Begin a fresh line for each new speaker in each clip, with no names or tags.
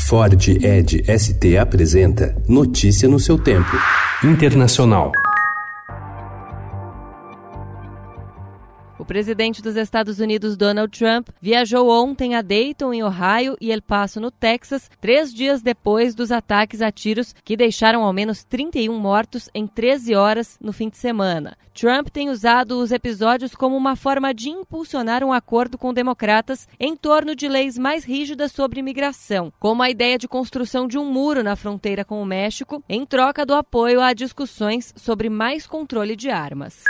Ford Edge ST apresenta Notícia no seu tempo. Internacional.
O presidente dos Estados Unidos, Donald Trump, viajou ontem a Dayton, em Ohio, e El Paso, no Texas, 3 dias depois dos ataques a tiros que deixaram ao menos 31 mortos em 13 horas no fim de semana. Trump tem usado os episódios como uma forma de impulsionar um acordo com democratas em torno de leis mais rígidas sobre imigração, como a ideia de construção de um muro na fronteira com o México, em troca do apoio a discussões sobre mais controle de armas.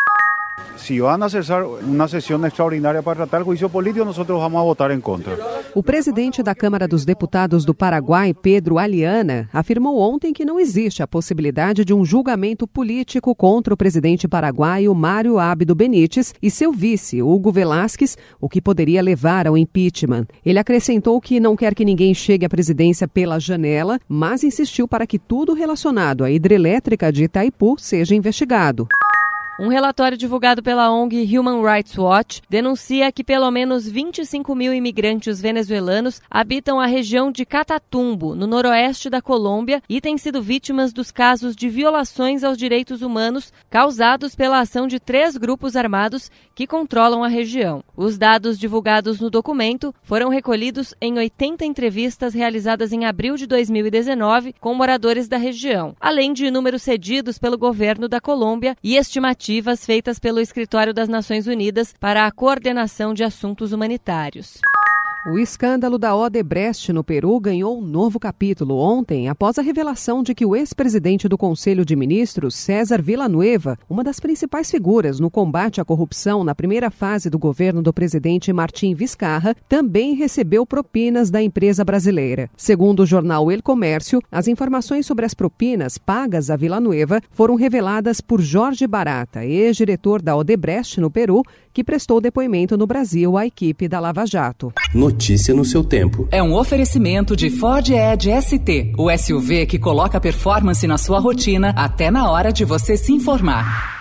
Si van a cesar una sesión extraordinaria para tratar el juicio político, nosotros vamos a votar en contra.
O presidente da Câmara dos Deputados do Paraguai, Pedro Aliana, afirmou ontem que não existe a possibilidade de um julgamento político contra o presidente paraguaio Mário Abdo Benítez e seu vice, Hugo Velásquez, o que poderia levar ao impeachment. Ele acrescentou que não quer que ninguém chegue à presidência pela janela, mas insistiu para que tudo relacionado à hidrelétrica de Itaipu seja investigado.
Um relatório divulgado pela ONG Human Rights Watch denuncia que pelo menos 25 mil imigrantes venezuelanos habitam a região de Catatumbo, no noroeste da Colômbia, e têm sido vítimas dos casos de violações aos direitos humanos causados pela ação de 3 grupos armados que controlam a região. Os dados divulgados no documento foram recolhidos em 80 entrevistas realizadas em abril de 2019 com moradores da região, além de números cedidos pelo governo da Colômbia e estimativas feitas pelo Escritório das Nações Unidas para a Coordenação de Assuntos Humanitários.
O escândalo da Odebrecht no Peru ganhou um novo capítulo ontem, após a revelação de que o ex-presidente do Conselho de Ministros, César Villanueva, uma das principais figuras no combate à corrupção na primeira fase do governo do presidente Martim Vizcarra, também recebeu propinas da empresa brasileira. Segundo o jornal El Comércio, as informações sobre as propinas pagas a Villanueva foram reveladas por Jorge Barata, ex-diretor da Odebrecht no Peru, que prestou depoimento no Brasil à equipe da Lava Jato.
Notícia no seu tempo.
É um oferecimento de Ford Edge ST, o SUV que coloca performance na sua rotina até na hora de você se informar.